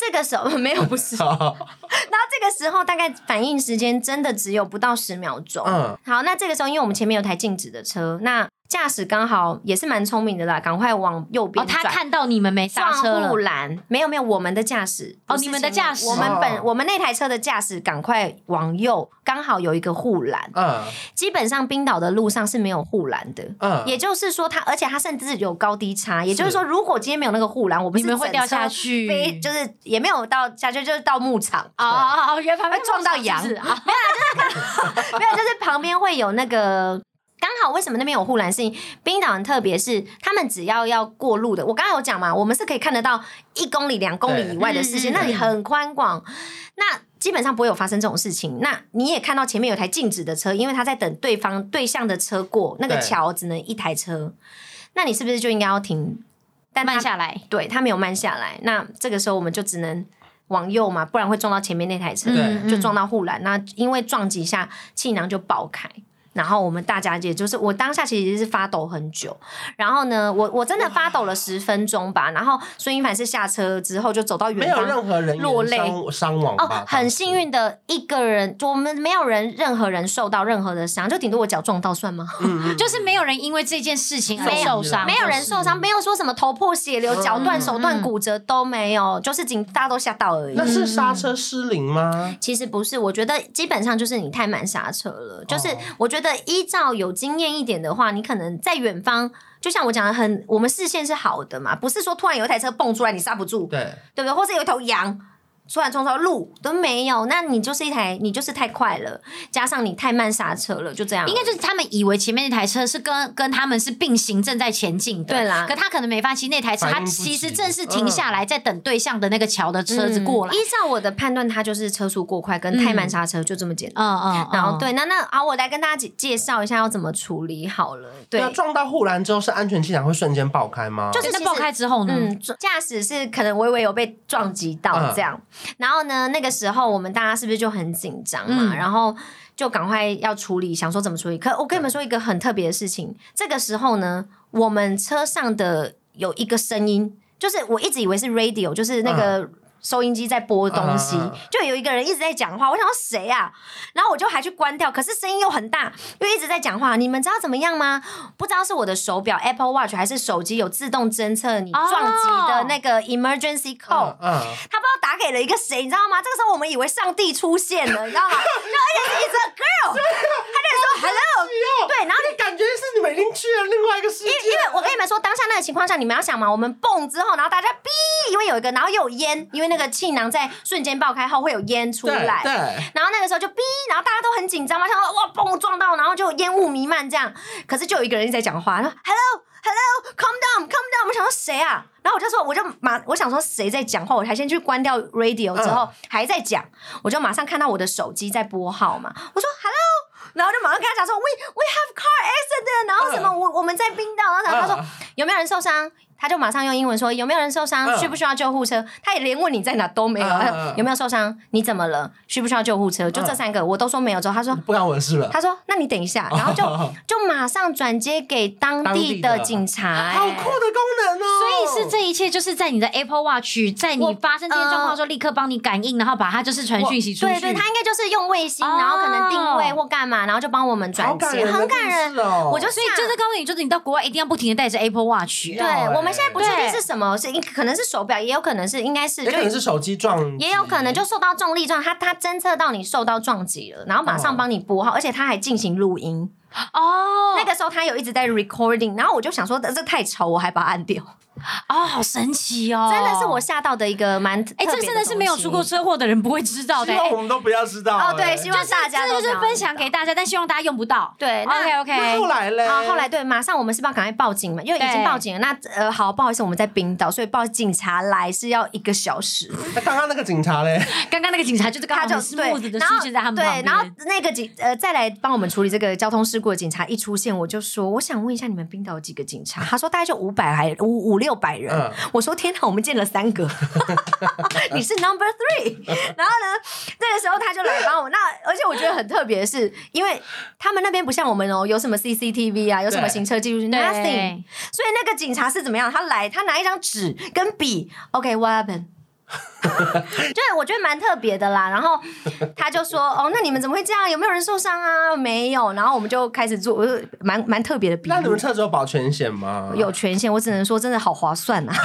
这个时候没有不是，然后这个时候大概反应时间真的只有不到十秒钟。嗯，好，那这个时候因为我们前面有台静止的车，那驾驶刚好也是蛮聪明的啦，赶快往右边转。 哦，他看到你们没刹车了， 撞护栏没有没有，我们的驾驶哦，你们的驾驶， 我们本、哦、我们那台车的驾驶赶快往右，刚好有一个护栏。嗯，基本上冰岛的路上是没有护栏的。嗯，也就是说它，而且它甚至有高低差，也就是说，如果今天没有那个护栏，我们你们会掉下去， 飞就是也没有到下去，就是到牧场哦哦哦，原来旁边撞到羊，没有啦，就是没有，就是旁边会有那个。刚好为什么那边有护栏？是冰岛很特别，是他们只要要过路的。我刚刚有讲嘛，我们是可以看得到一公里、两公里以外的视线，那里很宽广，那基本上不会有发生这种事情。那你也看到前面有台静止的车，因为他在等对方对向的车过，那个桥只能一台车，那你是不是就应该要停？ 但慢下来， 对他没有慢下来，那这个时候我们就只能往右嘛，不然会撞到前面那台车，就撞到护栏。那因为撞击下气囊就爆开。然后我们大家也就是我当下其实是发抖很久，然后呢，我我真的发抖了十分钟吧。然后孙一凡是下车之后就走到远方， 没有任何人落泪伤亡吧？ 哦，很幸运的一个人，就我们没有人任何人受到任何的伤，就顶多我脚撞到算吗？ 嗯、就是没有人因为这件事情而受伤， 没有人受伤，没有说什么头破血流、脚断、手断、骨折都没有，就是警大家都吓到而已。 那是刹车失灵吗？ 其实不是，我觉得基本上就是你太慢刹车了，就是我觉得。的依照有经验一点的话，你可能在远方，就像我讲的很，很我们视线是好的嘛，不是说突然有一台车蹦出来你刹不住， 对对不对？或是有一头羊突然冲到路都没有，那你就是一台你就是太快了，加上你太慢刹车了，就这样。 应该就是他们以为前面那台车是跟跟他们是并行正在前进的， 对啦。 可他可能没发现那台车，他其实正是停下来在等对向的那个桥的车子过来。 嗯、依照我的判断，他就是车速过快跟太慢刹车，就这么简单。 嗯嗯。嗯然后对，那那好，我来跟大家介绍一下要怎么处理好了。对， 那撞到护栏之后，是安全气囊会瞬间爆开吗？ 就是那爆开之后呢， 嗯，驾驶是可能微微有被撞击到这样，嗯、然后呢，那个时候我们大家是不是就很紧张嘛？嗯、然后就赶快要处理，想说怎么处理。可我跟你们说一个很特别的事情，这个时候呢，我们车上的有一个声音，就是我一直以为是 radio， 就是那个。嗯收音机在播东西，uh, 就有一个人一直在讲话，我想说谁啊？然后我就还去关掉，可是声音又很大，又一直在讲话。你们知道怎么样吗？不知道是我的手表 Apple Watch 还是手机有自动侦测你撞击的那个 emergency call，、uh, uh. 他不知道打给了一个谁，你知道吗？这个时候我们以为上帝出现了，你知道吗？然后而且是 It's a girl， 他就说 Hello， 对，然后你感觉是你们已经去了另外一个世界。 因为我跟你们说，当下那个情况下，你们要想嘛，我们蹦之后，然后大家哔，因为有一个，然后又有烟，因为那个气囊在瞬间爆开后会有烟出来， 对， 然后那个时候就哔，然后大家都很紧张嘛，想说哇嘣撞到，然后就烟雾弥漫这样，可是就有一个人一直在讲话，说 Hello Hello calm down calm down， 我们想说谁啊？然后我就说我就马我想说谁在讲话，我还先去关掉 radio 之后、嗯、还在讲，我就马上看到我的手机在拨号嘛，我说 Hello， 然后就马上跟他讲说 We we have car accident， 然后什么、嗯、我我们在冰岛，然后他说、嗯、有没有人受伤？他就马上用英文说有没有人受伤、嗯、需不需要救护车，他也连问你在哪都没有、嗯、有没有受伤，你怎么了，需不需要救护车，就这三个、嗯、我都说没有之后，他说不干我的事了， 他说那你等一下，然后就、哦、就马上转接给当地的警察、欸、 好酷的功能哦。 所以是这一切就是在你的 Apple Watch 在你发生这些状况的时候立刻帮你感应，然后把它就是传讯息出去。 对对，他应该就是用卫星、哦、然后可能定位或干嘛，然后就帮我们转接，很感人哦。 我就所以就是告诉你，就是你到国外一定要不停的带着 Apple Watch。 对，我们现在不确定是什么，是可能是手表，也有可能是应该是， 也可能是手机撞， 也有可能就受到重力撞，它它侦测到你受到撞击了，然后马上帮你拨号，而且它还进行录音。哦，那个时候他有一直在 recording， 然后我就想说这太吵，我还把它按掉。 哦，好神奇哦！ 真的是我吓到的一个蛮特别的东西。 哎，这真的是没有出过车祸的人不会知道的。 希望我们都不要知道。 哦，对，希望大家都就是分享给大家，但希望大家用不到。 对 ，OK OK。 那后来嘞？ 好，后来对，马上我们是不是要赶快报警嘛？因为已经报警了。那呃，好，不好意思，我们在冰岛，所以报警察来是要一个小时。 那刚刚那个警察嘞？ 刚刚那个警察就是刚好很 smooth 的出现在他们旁边。 对，然后那个警呃再来帮我们处理这个交通事故的警察一出现，我就说，我想问一下你们冰岛有几个警察？他说大概就五百还五五六百人。嗯我说天哪，我们见了三个，你是 number three。然后呢，这个时候他就来帮我。那而且我觉得很特别的是，因为他们那边不像我们哦，有什么 C C T V 啊，有什么行车记录器 ，nothing。所以那个警察是怎么样？他来，他拿一张纸跟笔 ，OK，what happened？ 就是我觉得蛮特别的啦。然后他就说：“哦，那你们怎么会这样？有没有人受伤啊？没有。”然后我们就开始做，蛮蛮特别的比喻。 那你们车子有保全险吗？ 有全险，我只能说真的好划算啊。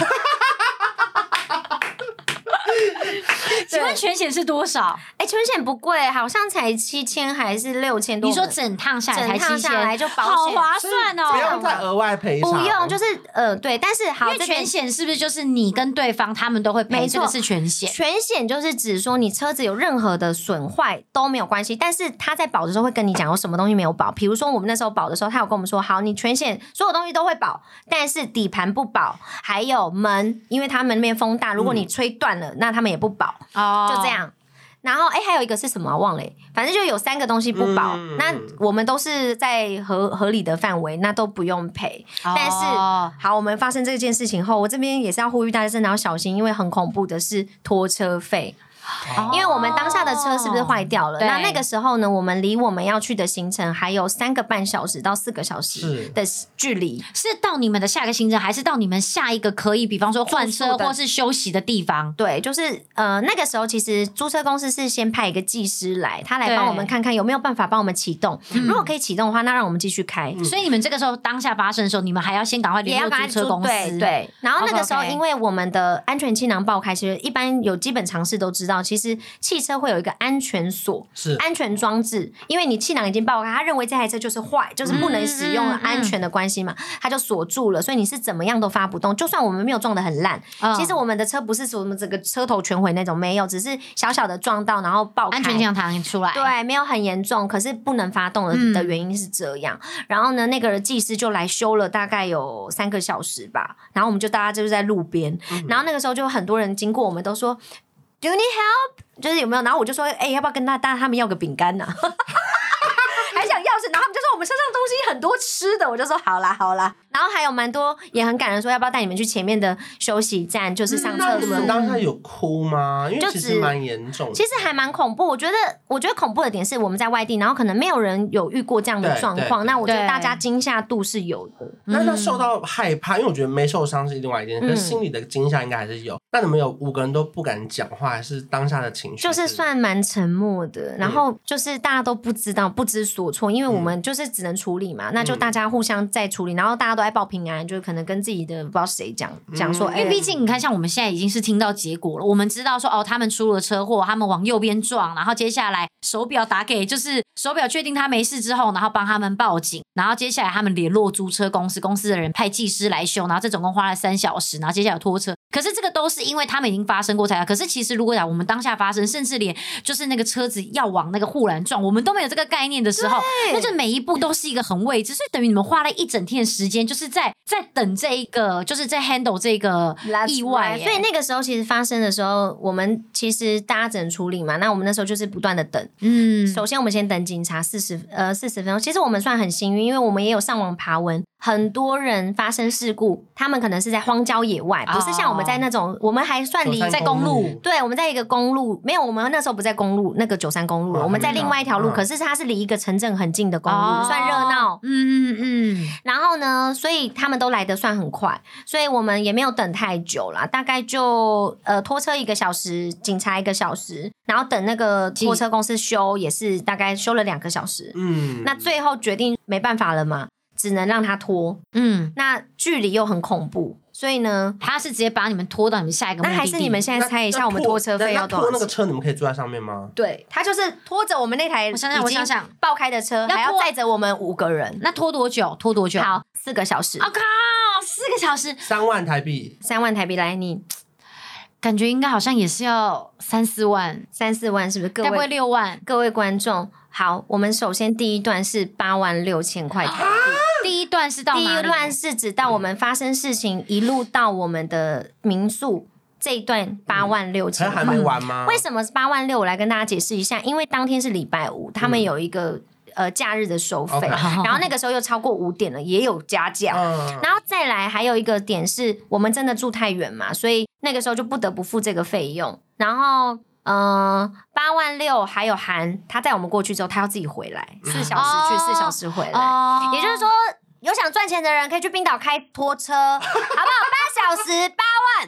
请问全险是多少？ 哎、欸，全险不贵，好像才七千还是六千多。 你说整趟下来才七千， 下来就保险， 好划算哦！ 不用再额外赔偿， 不用，就是呃对，但是好， 因为全险是不是就是你跟对方他们都会赔？这个是全险。 全险就是指说你车子有任何的损坏都没有关系，但是他在保的时候会跟你讲有什么东西没有保。比如说我们那时候保的时候，他有跟我们说，好，你全险所有东西都会保，但是底盘不保，还有门，因为他门面风大，如果你吹断了，嗯、那他们也不保。哦，就这样。然后，哎，还有一个是什么、啊？忘了，反正就有三个东西不保。嗯、那我们都是在合合理的范围，那都不用赔。哦、但是，好，我们发生这件事情后，我这边也是要呼吁大家真的要小心，因为很恐怖的是拖车费。哦、因为我们当下的车是不是坏掉了？那那个时候呢，我们离我们要去的行程还有三个半小时到四个小时的距离， 是到你们的下一个行程，还是到你们下一个可以，比方说换车或是休息的地方？ 对，就是呃，那个时候其实租车公司是先派一个技师来，他来帮我们看看有没有办法帮我们启动。如果可以启动的话，那让我们继续开。 嗯、所以你们这个时候当下发生的时候，你们还要先赶快联络租车公司。 对对。然后那个时候，因为我们的安全气囊爆开，其实一般有基本常识都知道，其实汽车会有一个安全锁，是安全装置，因为你气囊已经爆开，他认为这台车就是坏，就是不能使用了，安全的关系嘛，嗯嗯嗯他就锁住了，所以你是怎么样都发不动。就算我们没有撞得很烂，嗯、其实我们的车不是说我们整个车头全毁那种，没有，只是小小的撞到，然后爆开， 安全气囊弹出来， 对，没有很严重，可是不能发动 的,、嗯、的原因是这样。然后呢，那个技师就来修了，大概有三个小时吧。然后我们就大家就是在路边，嗯、然后那个时候就很多人经过，我们都说 Do you need help？ 就是有没有？然后我就说，哎、欸，要不要跟大大他们要个饼干呢？还想要是，然后他们就说我们身上东西很多吃的，我就说好啦好啦。然后还有蛮多也很感人，说要不要带你们去前面的休息站，就是上厕所。 那你们当下有哭吗？因为其实蛮严重的， 其实还蛮恐怖。我觉得，我觉得恐怖的点是我们在外地，然后可能没有人有遇过这样的状况。那我觉得大家惊吓度是有的。 那他受到害怕，因为我觉得没受伤是另外一件事，可是心里的惊吓应该还是有。那你们有五个人都不敢讲话，还是当下的情绪就是算蛮沉默的？然后就是大家都不知道、不知所措，因为我们就是只能处理嘛，那就大家互相在处理，然后大家都爱报平安，就可能跟自己的不知道谁讲讲说， 因为毕竟你看，像我们现在已经是听到结果了，我们知道说哦，他们出了车祸，他们往右边撞，然后接下来手表打给，就是手表确定他没事之后，然后帮他们报警，然后接下来他们联络租车公司，公司的人派技师来修，然后这总共花了三小时，然后接下来有拖车。可是这个都是因为他们已经发生过才。可是其实如果讲我们当下发生，甚至连就是那个车子要往那个护栏撞，我们都没有这个概念的时候，那就每一步都是一个很未知，所以等于你们花了一整天的时间，就是在在等这一个，就是在 handle 这个意外。 所以那个时候其实发生的时候，我们其实大家只能处理嘛。那我们那时候就是不断的等。嗯，首先我们先等警察四十呃四十分钟。其实我们算很幸运，因为我们也有上网爬文，很多人发生事故，他们可能是在荒郊野外，不是像我们在那种，我们还算离在公路。 对，我们在一个公路，没有，我们那时候不在公路，那个九三公路，我们在另外一条路，可是它是离一个城镇很近的公路，算热闹。嗯嗯嗯。然后呢，所以他们都来得算很快，所以我们也没有等太久啦，大概就呃拖车一个小时，警察一个小时，然后等那个拖车公司修也是大概修了两个小时。嗯。那最后决定没办法了嘛，只能让他拖。嗯。那距离又很恐怖。所以呢， 他是直接把你们拖到你们下一个目的地。 那还是你们现在猜一下，我们拖车费要多少钱？ 拖那个车你们可以坐在上面吗？ 对，他就是拖着我们那台， 我想想，我想想， 爆开的车，还要载着我们五个人。 那拖多久？拖多久？ 好，四个小时。 我、oh, 靠，四个小时， 三万台币， 三万台币来你。 感觉应该好像也是要三四万， 三四万是不是？各位该不会六万？ 各位观众，好，我们首先第一段是八万六千块台币。 第一段是到哪里？ 第一段是指到我们发生事情一路到我们的民宿这一段八万六千块， 还没完吗？ 为什么是八万六？我来跟大家解释一下，因为当天是礼拜五，他们有一个。嗯呃，假日的收费， okay. 然后那个时候又超过五点了，也有加价。嗯、然后再来还有一个点是我们真的住太远嘛，所以那个时候就不得不付这个费用。然后，呃，八万六还有含他带我们过去之后，他要自己回来，四小时去，四、哦、小时回来。哦、也就是说，有想赚钱的人可以去冰岛开拖车，好不好？八小时八万。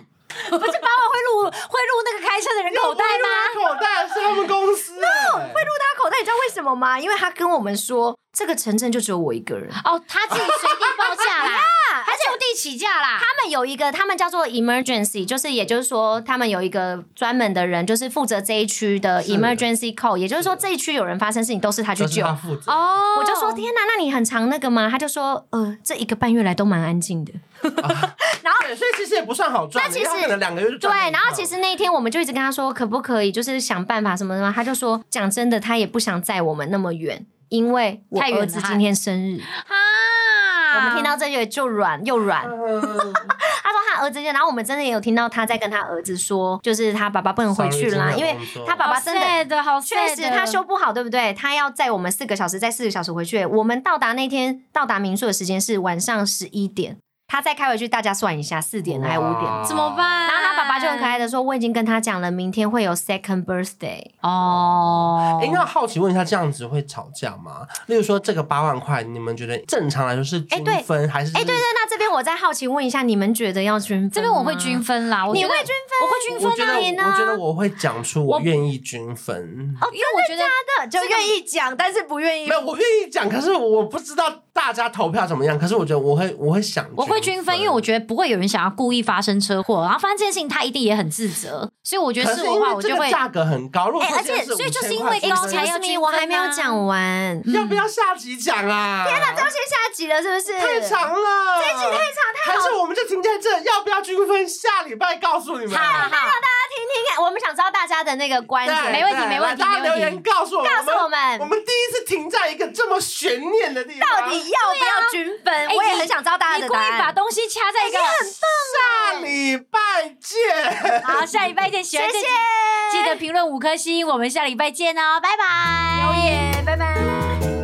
不是八万会入会入那个开车的人口袋吗？ 口袋是他们公司、欸， no, 会入他口袋，你知道为什么吗？因为他跟我们说，这个城镇就只有我一个人。 哦，他自己随地报价啦，他就地起价啦。 他们有一个，他们叫做 emergency， 就是也就是说，他们有一个专门的人，就是负责这一区的 emergency call， 也就是说这一区有人发生事情都是他去救。 他负责哦，我就说天哪，那你很常那个吗？他就说呃，这一个半月来都蛮安静的。 啊、然后所以其实也不算好赚， 那其实可能两个月就赚。 对，然后其实那一天我们就一直跟他说，可不可以就是想办法什么什么，他就说讲真的，他也不想载我们那么远，因为我儿子今天生日啊。 我们听到这个就软又软。他说他儿子，然后我们真的也有听到他在跟他儿子说，就是他爸爸不能回去啦，因为他爸爸真的确实他修不好，对不对？他要载我们四个小时，再四个小时回去。我们到达那天到达民宿的时间是晚上十一点。他再开回去，大家算一下，四点还五点， 怎么办？ 然后他爸爸就很可爱的说：“我已经跟他讲了，明天会有 second birthday。” 哦， 哎，那好奇问一下，这样子会吵架吗？例如说，这个八万块，你们觉得正常来说是均分还是？ 哎，对对，那这边我再好奇问一下，你们觉得要均分？ 这边我会均分啦， 你会均分， 我会均分啊。 你呢？ 我觉得我会讲出我愿意均分。 哦，因为我觉得他的就愿意讲，但是不愿意。 没有，我愿意讲，可是我不知道大家投票怎么样。可是我觉得我会，我会想， 我会均分，因为我觉得不会有人想要故意发生车祸，然后发生这件事情，他一定也很自责，所以我觉得是我的话，我就会价格很高，如果而且所以就是因为高才要均分。 我还没有讲完， 要不要下集讲啊？ 天哪，这要先下集了，是不是？ 太长了， 这集太长，太还是我们就停在这？要不要均分？下礼拜告诉你们， 好，好，让大家听听看，我们想知道大家的那个观点， 没问题，没问题， 大家留言告诉我们， 告诉我们， 我们第一次停在一个这么悬念的地方， 到底要不要均分？我也很想知道大家的答案。 你故意把东西掐在一个， 很棒。 下礼拜见， 好，下礼拜见，谢谢，记得评论五颗星，我们下礼拜见哦，拜拜， 留言，拜拜。